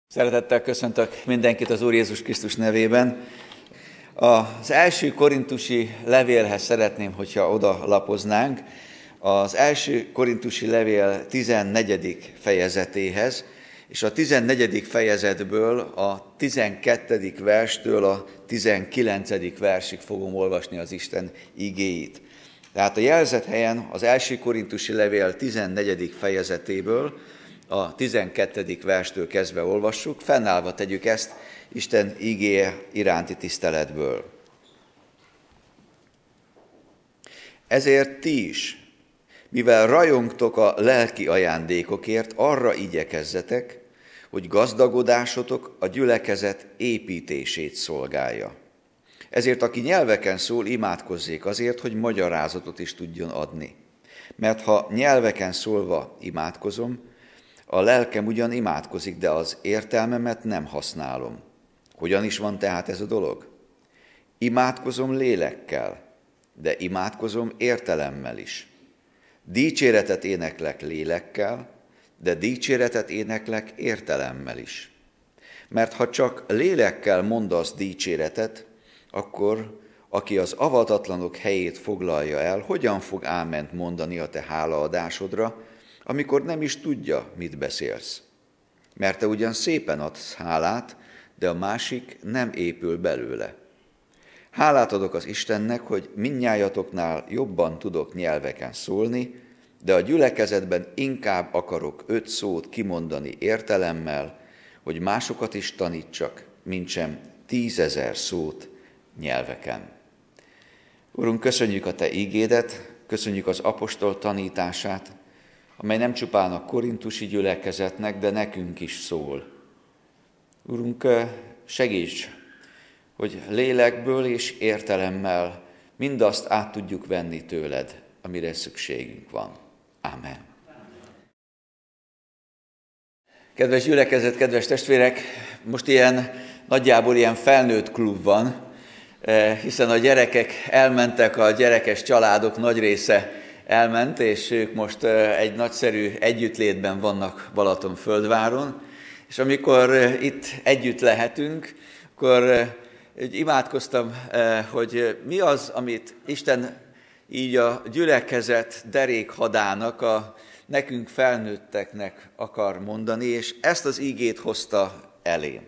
Szeretettel köszöntök mindenkit az Úr Jézus Krisztus nevében. Az első korintusi levélhez szeretném, hogyha oda lapoznánk, az első korintusi levél 14. fejezetéhez, és a 14. fejezetből a 12. verstől a 19. versig fogom olvasni az Isten igéit. Tehát a jelzett helyen az első korintusi levél 14. fejezetéből a 12. verstől kezdve olvassuk, fennállva tegyük ezt Isten igéje iránti tiszteletből. Ezért ti is, mivel rajongtok a lelki ajándékokért, arra igyekezzetek, hogy gazdagodásotok a gyülekezet építését szolgálja. Ezért aki nyelveken szól, imádkozzék azért, hogy magyarázatot is tudjon adni. Mert ha nyelveken szólva imádkozom, a lelkem ugyan imádkozik, de az értelmemet nem használom. Hogyan is van tehát ez a dolog? Imádkozom lélekkel, de imádkozom értelemmel is. Dicséretet éneklek lélekkel, de dicséretet éneklek értelemmel is. Mert ha csak lélekkel mondasz dicséretet, akkor aki az avatatlanok helyét foglalja el, hogyan fog áment mondani a te hálaadásodra, amikor nem is tudja, mit beszélsz. Mert te ugyan szépen adsz hálát, de a másik nem épül belőle. Hálát adok az Istennek, hogy mindnyájatoknál jobban tudok nyelveken szólni, de a gyülekezetben inkább akarok 5 szót kimondani értelemmel, hogy másokat is tanítsak, mintsem 10 000 szót nyelveken. Urunk, köszönjük a Te ígédet, köszönjük az apostol tanítását, amely nem csupán a korintusi gyülekezetnek, de nekünk is szól. Urunk, segíts, hogy lélekből és értelemmel mindazt át tudjuk venni tőled, amire szükségünk van. Ámen. Kedves gyülekezet, kedves testvérek, most nagyjából ilyen felnőtt klub van, hiszen a gyerekek elmentek, a gyerekes családok nagy része elment, és ők most egy nagyszerű együttlétben vannak Balatonföldváron, és amikor itt együtt lehetünk, akkor imádkoztam, hogy mi az, amit Isten így a gyülekezet derékhadának, a nekünk felnőtteknek akar mondani, és ezt az ígét hozta elém.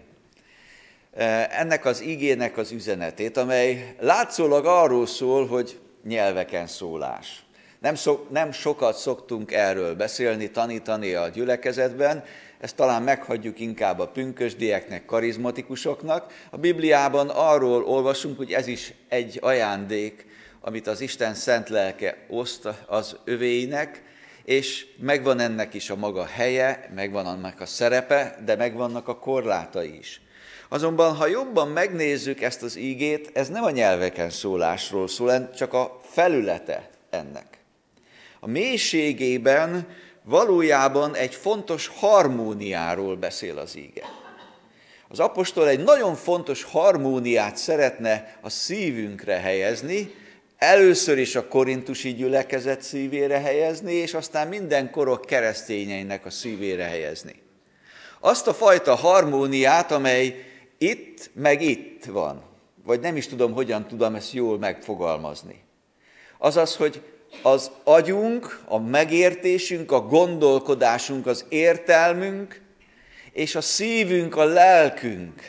Ennek az ígének az üzenetét, amely látszólag arról szól, hogy nyelveken szólás. Nem sokat szoktunk erről beszélni, tanítani a gyülekezetben, ezt talán meghagyjuk inkább a pünkösdieknek, karizmatikusoknak. A Bibliában arról olvasunk, hogy ez is egy ajándék, amit az Isten szent lelke oszt az övéinek, és megvan ennek is a maga helye, megvan annak a szerepe, de megvannak a korlátai is. Azonban, ha jobban megnézzük ezt az ígét, ez nem a nyelveken szólásról szól, csak a felülete ennek. A mélységében valójában egy fontos harmóniáról beszél az íge. Az apostol egy nagyon fontos harmóniát szeretne a szívünkre helyezni, először is a korintusi gyülekezet szívére helyezni, és aztán minden korok keresztényeinek a szívére helyezni. Azt a fajta harmóniát, amely itt meg itt van, vagy nem is tudom, hogyan tudom ezt jól megfogalmazni. Azaz, hogy az agyunk, a megértésünk, a gondolkodásunk, az értelmünk, és a szívünk, a lelkünk.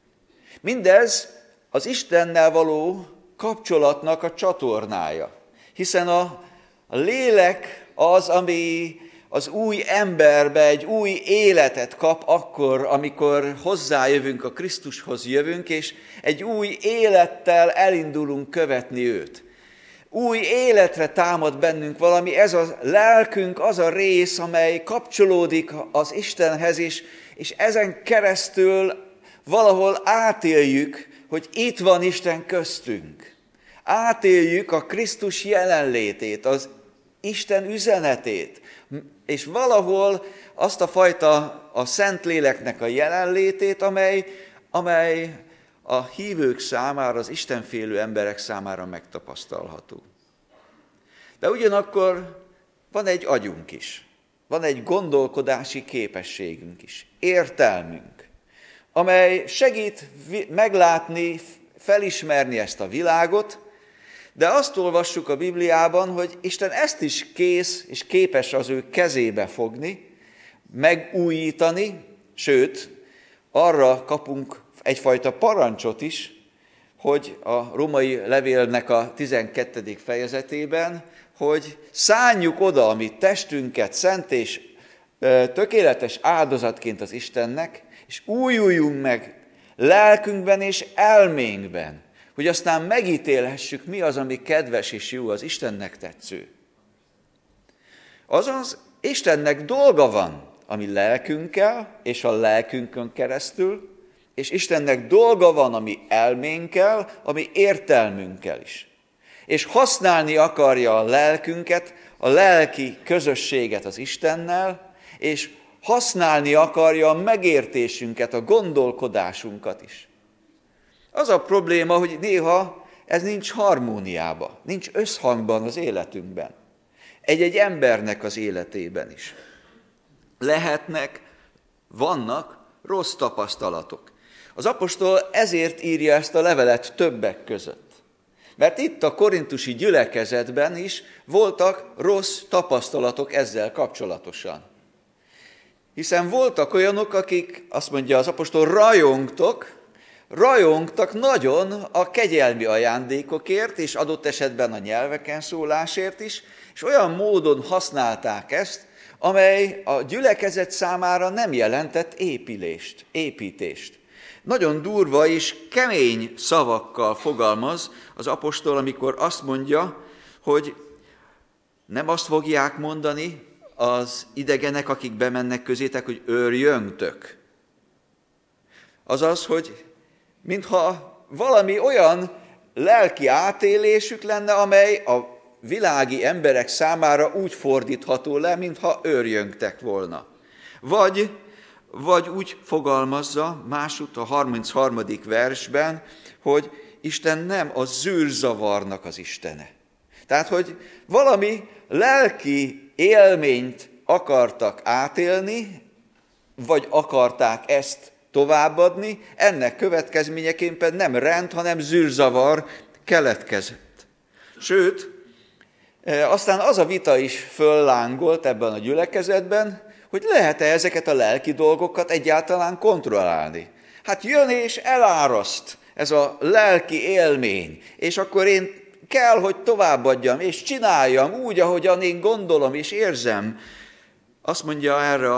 Mindez az Istennel való kapcsolatnak a csatornája. Hiszen a lélek az, ami az új emberbe egy új életet kap akkor, amikor hozzájövünk, a Krisztushoz jövünk, és egy új élettel elindulunk követni őt. Új életre támad bennünk valami, ez a lelkünk az a rész, amely kapcsolódik az Istenhez, és ezen keresztül valahol átéljük, hogy itt van Isten köztünk. Átéljük a Krisztus jelenlétét, az Isten üzenetét, és valahol azt a fajta a Szentléleknek a jelenlétét, amely a hívők számára, az istenfélő emberek számára megtapasztalható. De ugyanakkor van egy agyunk is, van egy gondolkodási képességünk is, értelmünk. amely segít meglátni, felismerni ezt a világot, de azt olvassuk a Bibliában, hogy Isten ezt is kész és képes az ő kezébe fogni, megújítani, sőt, arra kapunk egyfajta parancsot is, hogy a római levélnek a 12. fejezetében, hogy szánjuk oda a mi testünket szent és tökéletes áldozatként az Istennek, és újuljunk meg lelkünkben és elménkben, hogy aztán megítélhessük, mi az, ami kedves és jó, az Istennek tetsző. Azaz, Istennek dolga van a mi lelkünkkel és a lelkünkön keresztül, és Istennek dolga van a mi elménkkel, a mi értelmünkkel is. És használni akarja a lelkünket, a lelki közösséget az Istennel, és használni akarja a megértésünket, a gondolkodásunkat is. Az a probléma, hogy néha ez nincs harmóniában, nincs összhangban az életünkben. Egy-egy embernek az életében is. Vannak rossz tapasztalatok. Az apostol ezért írja ezt a levelet többek között. Mert itt a korintusi gyülekezetben is voltak rossz tapasztalatok ezzel kapcsolatosan. Hiszen voltak olyanok, akik, azt mondja az apostol, rajongtak nagyon a kegyelmi ajándékokért, és adott esetben a nyelveken szólásért is, és olyan módon használták ezt, amely a gyülekezet számára nem jelentett építést. Nagyon durva és kemény szavakkal fogalmaz az apostol, amikor azt mondja, hogy nem azt fogják mondani az idegenek, akik bemennek közétek, hogy őrjöntök. Azaz, hogy mintha valami olyan lelki átélésük lenne, amely a világi emberek számára úgy fordítható le, mintha őrjöngtek volna. Vagy úgy fogalmazza másút a 33. versben, hogy Isten nem a zűrzavarnak az Istene. Tehát, hogy valami lelki élményt akartak átélni, vagy akarták ezt továbbadni, ennek következményeképpen nem rend, hanem zűrzavar keletkezett. Sőt, aztán az a vita is föllángolt ebben a gyülekezetben, hogy lehet-e ezeket a lelki dolgokat egyáltalán kontrollálni. Hát jön és eláraszt ez a lelki élmény, és akkor én kell, hogy továbbadjam, és csináljam úgy, ahogyan én gondolom és érzem. Azt mondja erre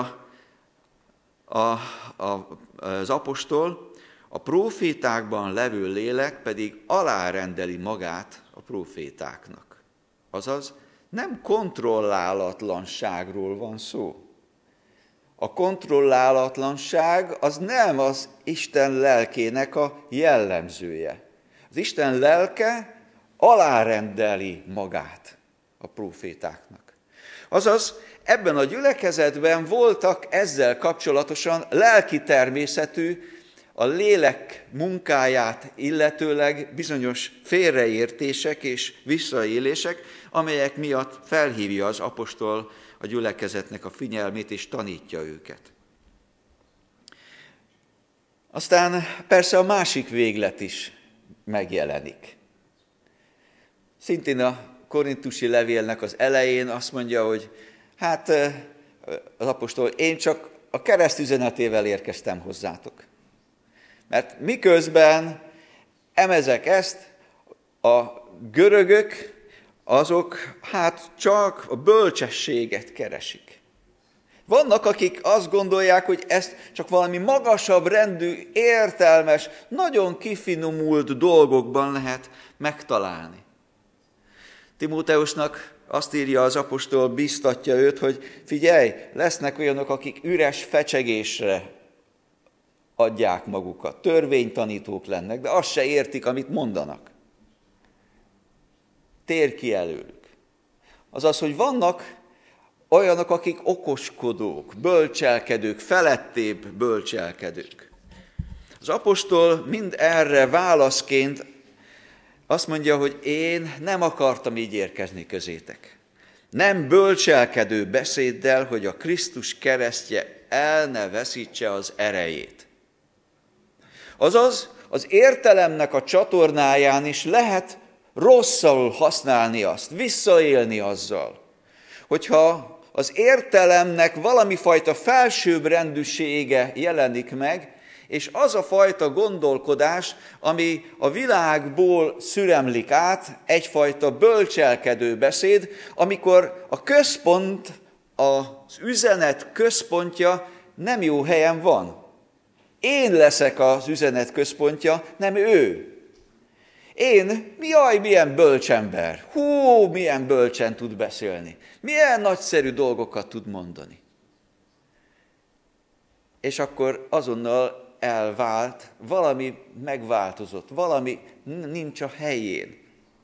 az apostol, a prófétákban levő lélek pedig alárendeli magát a prófétáknak. Azaz, nem kontrollálatlanságról van szó. A kontrollálatlanság az nem az Isten lelkének a jellemzője. Az Isten lelke alárendeli magát a prófétáknak. Azaz, ebben a gyülekezetben voltak ezzel kapcsolatosan lelki természetű, a lélek munkáját illetőleg bizonyos félreértések és visszaélések, amelyek miatt felhívja az apostol a gyülekezetnek a figyelmét és tanítja őket. Aztán persze a másik véglet is megjelenik. Szintén a korintusi levélnek az elején azt mondja, hogy hát az apostol, én csak a kereszt üzenetével érkeztem hozzátok. Mert miközben emezek ezt, a görögök, azok hát csak a bölcsességet keresik. Vannak, akik azt gondolják, hogy ezt csak valami magasabb rendű, értelmes, nagyon kifinomult dolgokban lehet megtalálni. Timóteusnak azt írja az apostol, biztatja őt, hogy figyelj, lesznek olyanok, akik üres fecsegésre adják magukat, törvénytanítók lennek, de azt se értik, amit mondanak. Térj ki előlük. Azaz, hogy vannak olyanok, akik okoskodók, bölcselkedők, felettébb bölcselkedők. Az apostol mind erre válaszként azt mondja, hogy én nem akartam így érkezni közétek. Nem bölcselkedő beszéddel, hogy a Krisztus keresztje el ne veszítse az erejét. Azaz, az értelemnek a csatornáján is lehet rosszul használni azt, visszaélni azzal. Hogyha az értelemnek valami fajta felsőbbrendűsége jelenik meg, és az a fajta gondolkodás, ami a világból szüremlik át, egyfajta bölcselkedő beszéd, amikor a központ, az üzenet központja nem jó helyen van. Én leszek az üzenet központja, nem ő. Milyen bölcs ember, milyen bölcsen tud beszélni, milyen nagyszerű dolgokat tud mondani. És akkor azonnal elvált, valami megváltozott, valami nincs a helyén.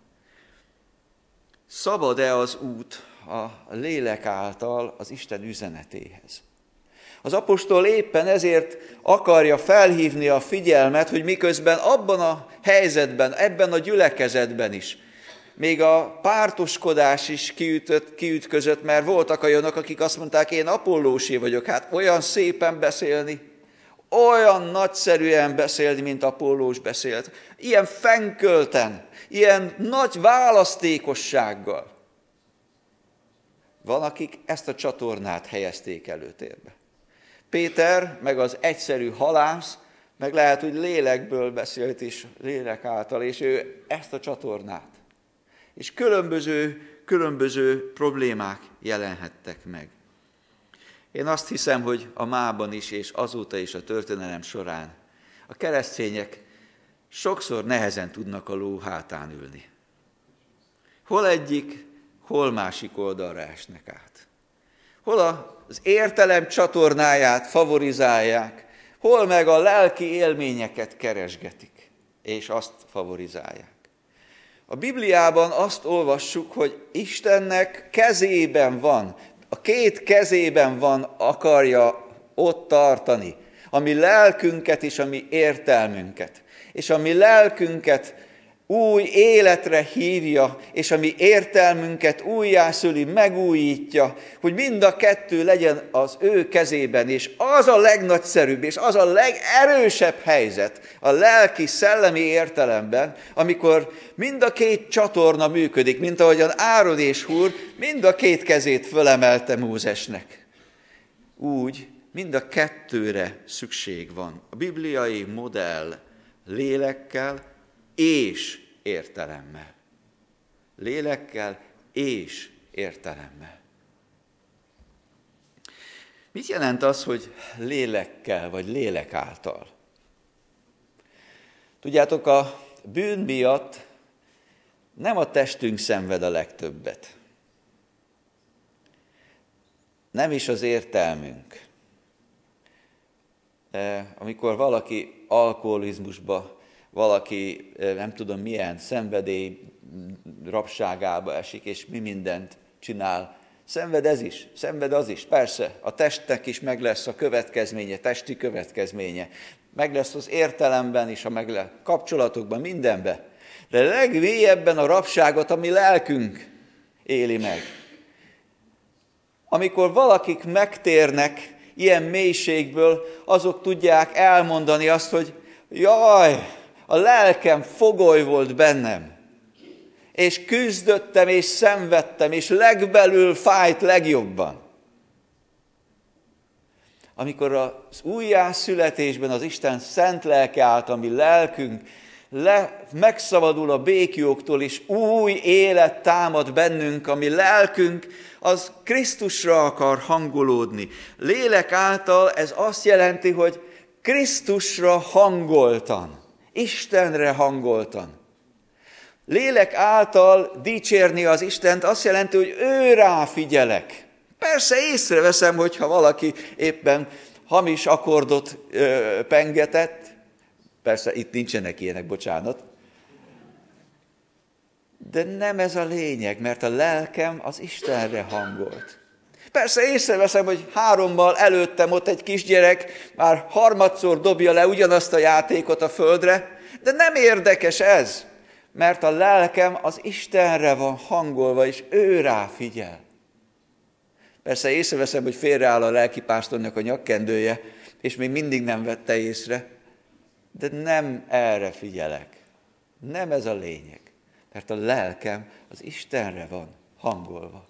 Szabad-e az út a lélek által az Isten üzenetéhez? Az apostol éppen ezért akarja felhívni a figyelmet, hogy miközben abban a helyzetben, ebben a gyülekezetben is, még a pártoskodás is kiütközött, mert voltak olyanok, akik azt mondták, én Apollósé vagyok, hát olyan szépen beszélni, olyan nagyszerűen beszélni, mint Apollós beszélt, ilyen fenkölten, ilyen nagy választékossággal. Van, akik ezt a csatornát helyezték előtérbe. Péter, meg az egyszerű halász, meg lehet, hogy lélekből beszélt is, lélek által, és ő ezt a csatornát. És különböző problémák jelenhettek meg. Én azt hiszem, hogy a mában is, és azóta is a történelem során a keresztények sokszor nehezen tudnak a ló hátán ülni. Hol egyik, hol másik oldalra esnek át. Hol az értelem csatornáját favorizálják, hol meg a lelki élményeket keresgetik, és azt favorizálják. A Bibliában azt olvassuk, hogy Istennek kezében van, a két kezében van, akarja ott tartani, a mi lelkünket és a mi értelmünket. És a mi lelkünket új életre hívja, és a mi értelmünket újjászüli, megújítja, hogy mind a kettő legyen az ő kezében, és az a legnagyszerűbb, és az a legerősebb helyzet a lelki, szellemi értelemben, amikor mind a két csatorna működik, mint ahogyan Áron és Húr mind a két kezét fölemelte Mózesnek. Úgy mind a kettőre szükség van. A bibliai modell lélekkel és értelemmel. Lélekkel és értelemmel. Mit jelent az, hogy lélekkel vagy lélek által? Tudjátok, a bűn miatt nem a testünk szenved a legtöbbet. Nem is az értelmünk. Amikor valaki alkoholizmusba, valaki nem tudom milyen szenvedély rabságába esik, és mi mindent csinál. Szenved ez is, szenved az is, persze, a testnek is meg lesz a következménye, testi következménye. Meg lesz az értelemben is, a kapcsolatokban, mindenben. De legmélyebben a rabságot a mi lelkünk éli meg. Amikor valakik megtérnek ilyen mélységből, azok tudják elmondani azt, hogy jaj, a lelkem fogoly volt bennem, és küzdöttem, és szenvedtem, és legbelül fájt legjobban. Amikor az újjászületésben az Isten szent lelke által mi lelkünk megszabadul a béklyóktól, és új élet támad bennünk, ami lelkünk, az Krisztusra akar hangolódni. Lélek által ez azt jelenti, hogy Krisztusra hangoltan, Istenre hangoltan. Lélek által dicsérni az Istent azt jelenti, hogy ő rá figyelek. Persze észreveszem, hogyha valaki éppen hamis akkordot pengetett, persze itt nincsenek ilyenek, bocsánat, de nem ez a lényeg, mert a lelkem az Istenre hangolt. Persze észreveszem, hogy 3-mal előttem ott egy kisgyerek, már harmadszor dobja le ugyanazt a játékot a földre, de nem érdekes ez, mert a lelkem az Istenre van hangolva, és ő rá figyel. Persze észreveszem, hogy félreáll a lelkipásztornak a nyakkendője, és még mindig nem vette észre. De nem erre figyelek. Nem ez a lényeg. Mert a lelkem az Istenre van hangolva.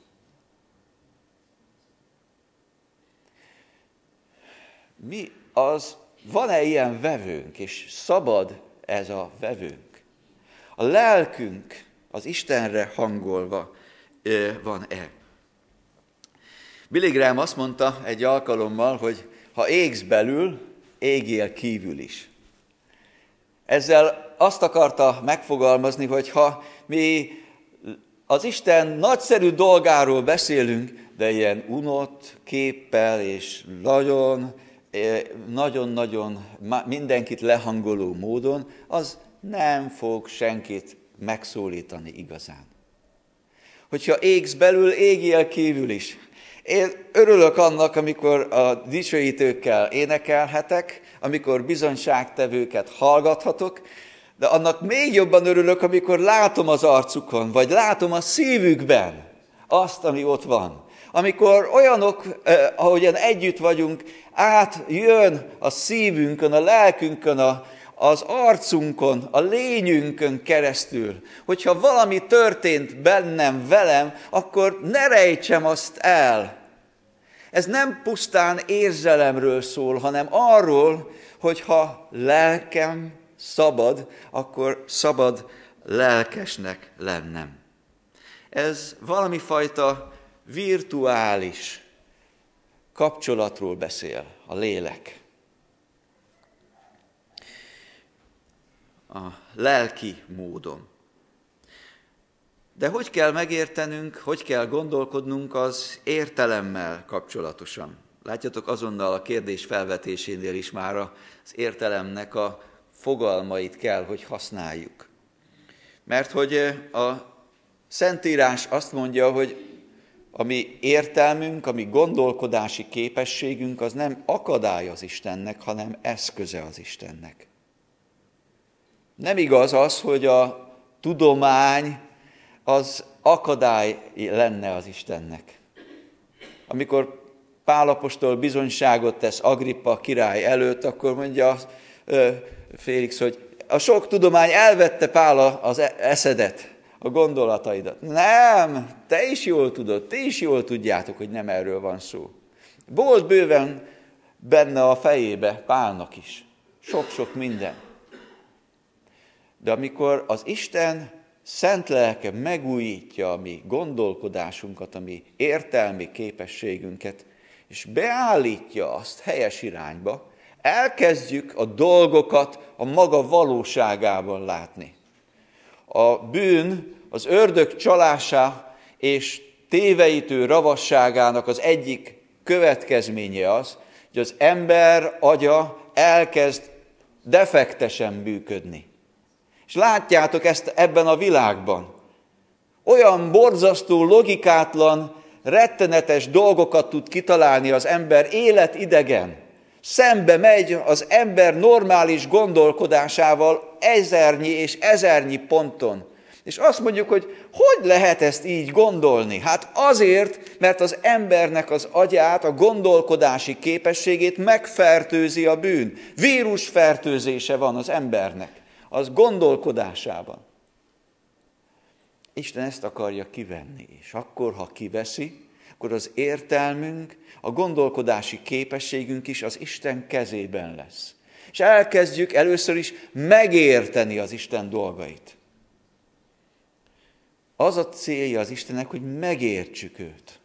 Van-e ilyen vevőnk, és szabad ez a vevőnk? A lelkünk az Istenre hangolva van-e? Billy Graham azt mondta egy alkalommal, hogy ha égsz belül, égjél kívül is. Ezzel azt akarta megfogalmazni, hogy ha mi az Isten nagyszerű dolgáról beszélünk, de ilyen unott képpel és nagyon-nagyon mindenkit lehangoló módon, az nem fog senkit megszólítani igazán. Hogyha égsz belül, égjél kívül is. Én örülök annak, amikor a dicsőítőkkel énekelhetek, amikor bizonyságtevőket hallgathatok, de annak még jobban örülök, amikor látom az arcukon, vagy látom a szívükben azt, ami ott van. Amikor olyanok, ahogyan együtt vagyunk, átjön a szívünkön, a lelkünkön, az arcunkon, a lényünkön keresztül. Hogyha valami történt bennem, velem, akkor ne rejtsem azt el. Ez nem pusztán érzelemről szól, hanem arról, hogy ha lelkem szabad, akkor szabad lelkesnek lennem. Ez valami fajta virtuális kapcsolatról beszél a lélek. A lelki módon. De hogy kell megértenünk, hogy kell gondolkodnunk az értelemmel kapcsolatosan? Látjátok, azonnal a kérdés felvetésénél is már az értelemnek a fogalmait kell, hogy használjuk. Mert hogy a Szentírás azt mondja, hogy a mi értelmünk, a mi gondolkodási képességünk az nem akadály az Istennek, hanem eszköze az Istennek. Nem igaz az, hogy a tudomány az akadály lenne az Istennek. Amikor Pál apostol bizonyságot tesz Agrippa király előtt, akkor mondja Félix, hogy a sok tudomány elvette Pál az eszedet, a gondolataidat. Nem, te is jól tudod, ti is jól tudjátok, hogy nem erről van szó. Volt bőven benne a fejébe Pálnak is. Sok-sok minden. De amikor az Isten szent lelke megújítja a mi gondolkodásunkat, a mi értelmi képességünket, és beállítja azt helyes irányba, elkezdjük a dolgokat a maga valóságában látni. A bűn, az ördög csalása és téveítő ravasságának az egyik következménye az, hogy az ember agya elkezd defektesen működni. És látjátok ezt ebben a világban. Olyan borzasztó, logikátlan, rettenetes dolgokat tud kitalálni az ember életidegen. Szembe megy az ember normális gondolkodásával ezernyi és ezernyi ponton. És azt mondjuk, hogy lehet ezt így gondolni? Hát azért, mert az embernek az agyát, a gondolkodási képességét megfertőzi a bűn. Vírusfertőzése van az embernek, az gondolkodásában. Isten ezt akarja kivenni, és akkor, ha kiveszi, akkor az értelmünk, a gondolkodási képességünk is az Isten kezében lesz. És elkezdjük először is megérteni az Isten dolgait. Az a célja az Istennek, hogy megértsük őt.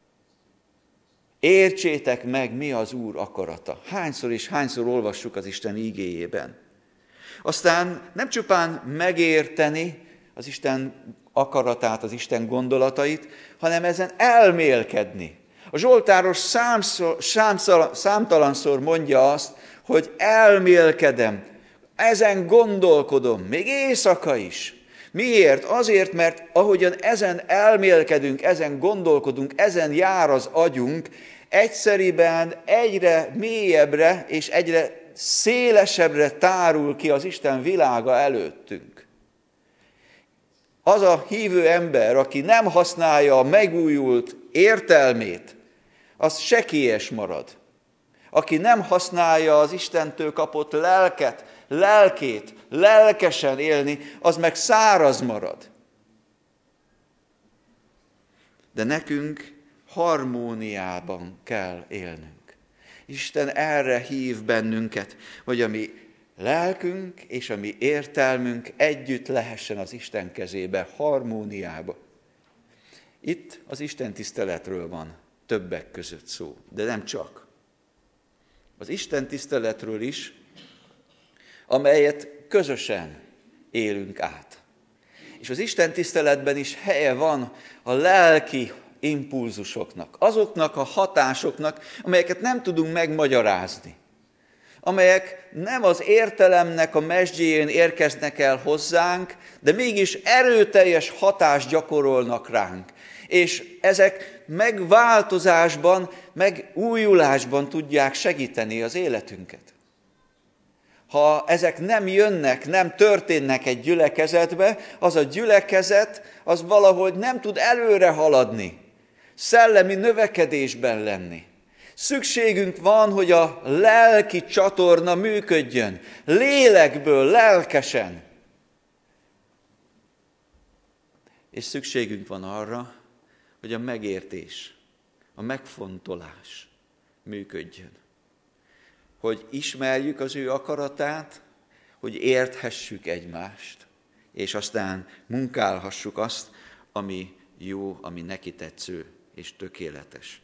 Értsétek meg, mi az Úr akarata. Hányszor és hányszor olvassuk az Isten igéjében. Aztán nem csupán megérteni az Isten akaratát, az Isten gondolatait, hanem ezen elmélkedni. A Zsoltáros számtalanszor mondja azt, hogy elmélkedem, ezen gondolkodom, még éjszaka is. Miért? Azért, mert ahogyan ezen elmélkedünk, ezen gondolkodunk, ezen jár az agyunk, egyszeriben egyre mélyebbre és egyre szélesebbre tárul ki az Isten világa előttünk. Az a hívő ember, aki nem használja a megújult értelmét, az sekélyes marad. aki nem használja az Istentől kapott lelkét lelkesen élni, az meg száraz marad. De nekünk harmóniában kell élnünk. Isten erre hív bennünket, hogy a mi lelkünk és a mi értelmünk együtt lehessen az Isten kezébe, harmóniába. Itt az Isten tiszteletről van többek között szó, de nem csak. Az Isten tiszteletről is, amelyet közösen élünk át. És az Isten tiszteletben is helye van a lelki impulzusoknak, azoknak a hatásoknak, amelyeket nem tudunk megmagyarázni, amelyek nem az értelemnek a mezsdjéjén érkeznek el hozzánk, de mégis erőteljes hatást gyakorolnak ránk. És ezek megváltozásban, megújulásban tudják segíteni az életünket. Ha ezek nem jönnek, nem történnek egy gyülekezetbe, az a gyülekezet az valahogy nem tud előre haladni, szellemi növekedésben lenni. Szükségünk van, hogy a lelki csatorna működjön, lélekből, lelkesen. És szükségünk van arra, hogy a megértés, a megfontolás működjön. Hogy ismerjük az ő akaratát, hogy érthessük egymást, és aztán munkálhassuk azt, ami jó, ami neki tetsző és tökéletes.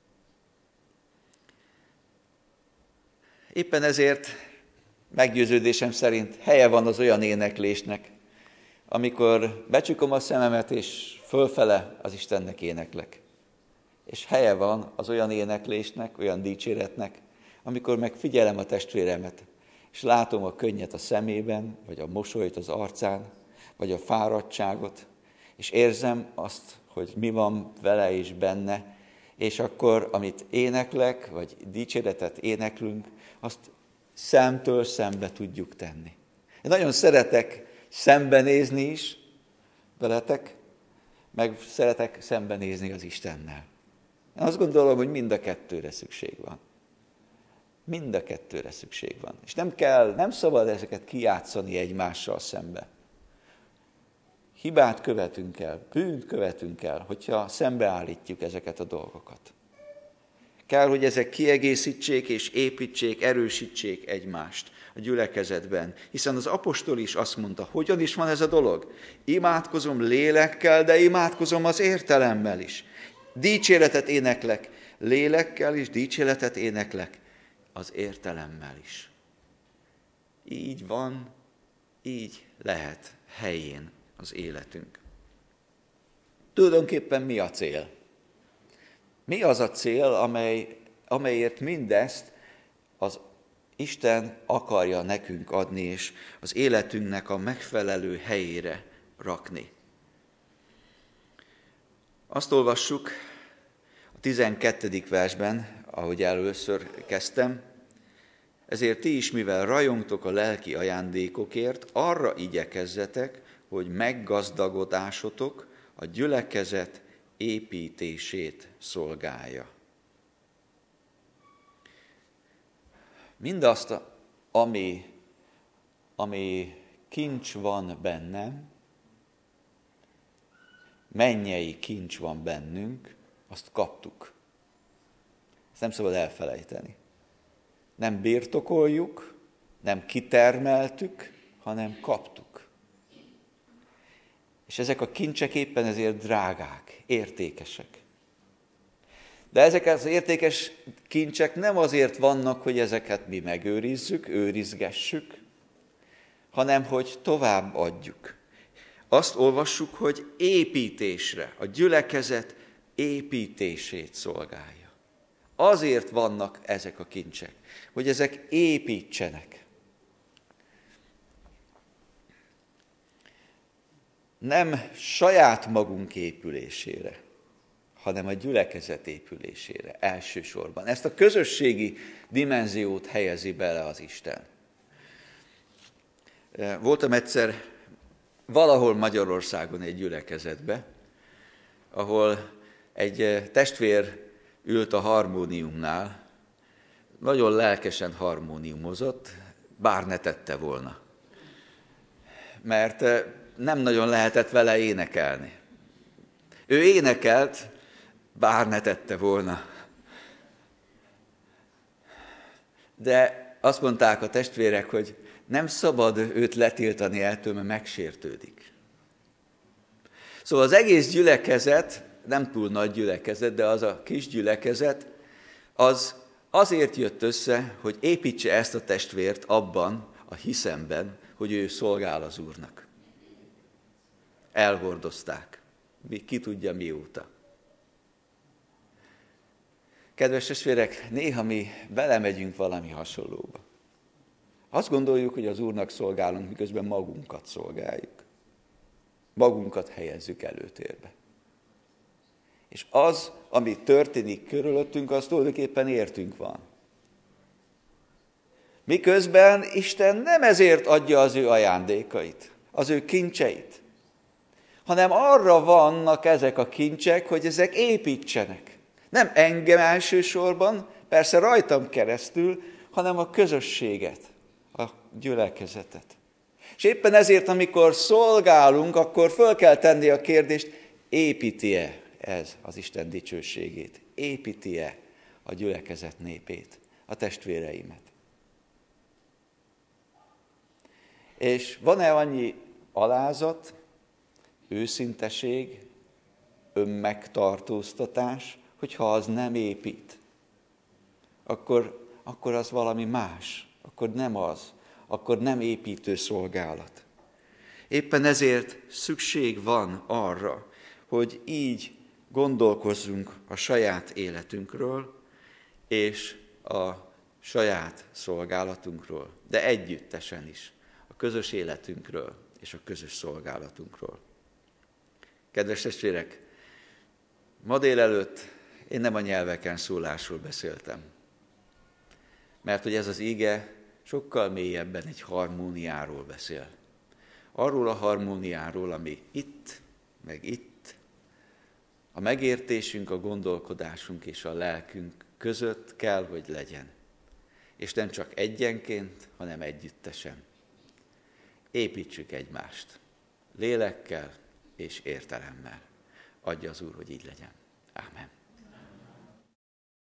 Éppen ezért meggyőződésem szerint helye van az olyan éneklésnek, amikor becsukom a szememet, és fölfele az Istennek éneklek. És helye van az olyan éneklésnek, olyan dicséretnek, amikor megfigyelem a testvéremet, és látom a könnyet a szemében, vagy a mosolyt az arcán, vagy a fáradtságot, és érzem azt, hogy mi van vele és benne, és akkor, amit éneklek, vagy dicséretet éneklünk, azt szemtől szembe tudjuk tenni. Én nagyon szeretek szembenézni is veletek, meg szeretek szembenézni az Istennel. Én azt gondolom, hogy mind a kettőre szükség van. Mind a kettőre szükség van. És nem szabad ezeket kijátszani egymással szembe. Hibát követünk el, bűnt követünk el, hogyha szembeállítjuk ezeket a dolgokat. Kell, hogy ezek kiegészítsék és építsék, erősítsék egymást a gyülekezetben. Hiszen az apostol is azt mondta, hogyan is van ez a dolog? Imádkozom lélekkel, de imádkozom az értelemmel is. Dicséretet éneklek lélekkel, és dicséretet éneklek az értelemmel is. Így van, így lehet helyén az életünk. Tulajdonképpen mi a cél? Mi az a cél, amelyért mindezt az Isten akarja nekünk adni, és az életünknek a megfelelő helyére rakni? Azt olvassuk a 12. versben, ahogy először kezdtem, ezért ti is, mivel rajongtok a lelki ajándékokért, arra igyekezzetek, hogy meggazdagodásotok a gyülekezet építését szolgálja. Mindazt, ami kincs van bennem, mennyei kincs van bennünk, azt kaptuk. Ezt nem szabad elfelejteni. Nem birtokoljuk, nem kitermeltük, hanem kaptuk. És ezek a kincsek éppen ezért drágák, értékesek. De ezek az értékes kincsek nem azért vannak, hogy ezeket mi megőrizzük, őrizgessük, hanem hogy tovább adjuk. Azt olvassuk, hogy építésre, a gyülekezet építését szolgálja. Azért vannak ezek a kincsek, hogy ezek építsenek. Nem saját magunk épülésére, hanem a gyülekezet épülésére elsősorban. Ezt a közösségi dimenziót helyezi bele az Isten. Voltam egyszer valahol Magyarországon egy gyülekezetbe, ahol egy testvér ült a harmóniumnál, nagyon lelkesen harmóniumozott, bár ne tette volna. Mert nem nagyon lehetett vele énekelni. Ő énekelt, bár ne tette volna. De azt mondták a testvérek, hogy nem szabad őt letiltani ettől, mert megsértődik. Szóval az egész gyülekezet, nem túl nagy gyülekezet, de az a kis gyülekezet, az azért jött össze, hogy építse ezt a testvért abban a hiszemben, hogy ő szolgál az Úrnak. Elhordozták. Ki tudja mióta. Kedves testvérek, néha mi belemegyünk valami hasonlóba. Azt gondoljuk, hogy az Úrnak szolgálunk, miközben magunkat szolgáljuk. Magunkat helyezzük előtérbe. És az, ami történik körülöttünk, az tulajdonképpen értünk van. Miközben Isten nem ezért adja az ő ajándékait, az ő kincseit, hanem arra vannak ezek a kincsek, hogy ezek építsenek. Nem engem elsősorban, persze rajtam keresztül, hanem a közösséget, a gyülekezetet. És éppen ezért, amikor szolgálunk, akkor föl kell tenni a kérdést, építi-e ez az Isten dicsőségét? Építi-e a gyülekezet népét, a testvéreimet? És van-e annyi alázat, őszinteség, önmegtartóztatás, hogyha az nem épít, akkor az valami más, akkor nem az, akkor nem építő szolgálat. Éppen ezért szükség van arra, hogy így gondolkozzunk a saját életünkről és a saját szolgálatunkról, de együttesen is, a közös életünkről és a közös szolgálatunkról. Kedves testvérek, ma délelőtt én nem a nyelveken szólásról beszéltem, mert hogy ez az ige sokkal mélyebben egy harmóniáról beszél. Arról a harmóniáról, ami itt, meg itt, a megértésünk, a gondolkodásunk és a lelkünk között kell, hogy legyen. És nem csak egyenként, hanem együttesen. Építsük egymást, lélekkel és értelemmel. Adja az Úr, hogy így legyen. Ámen.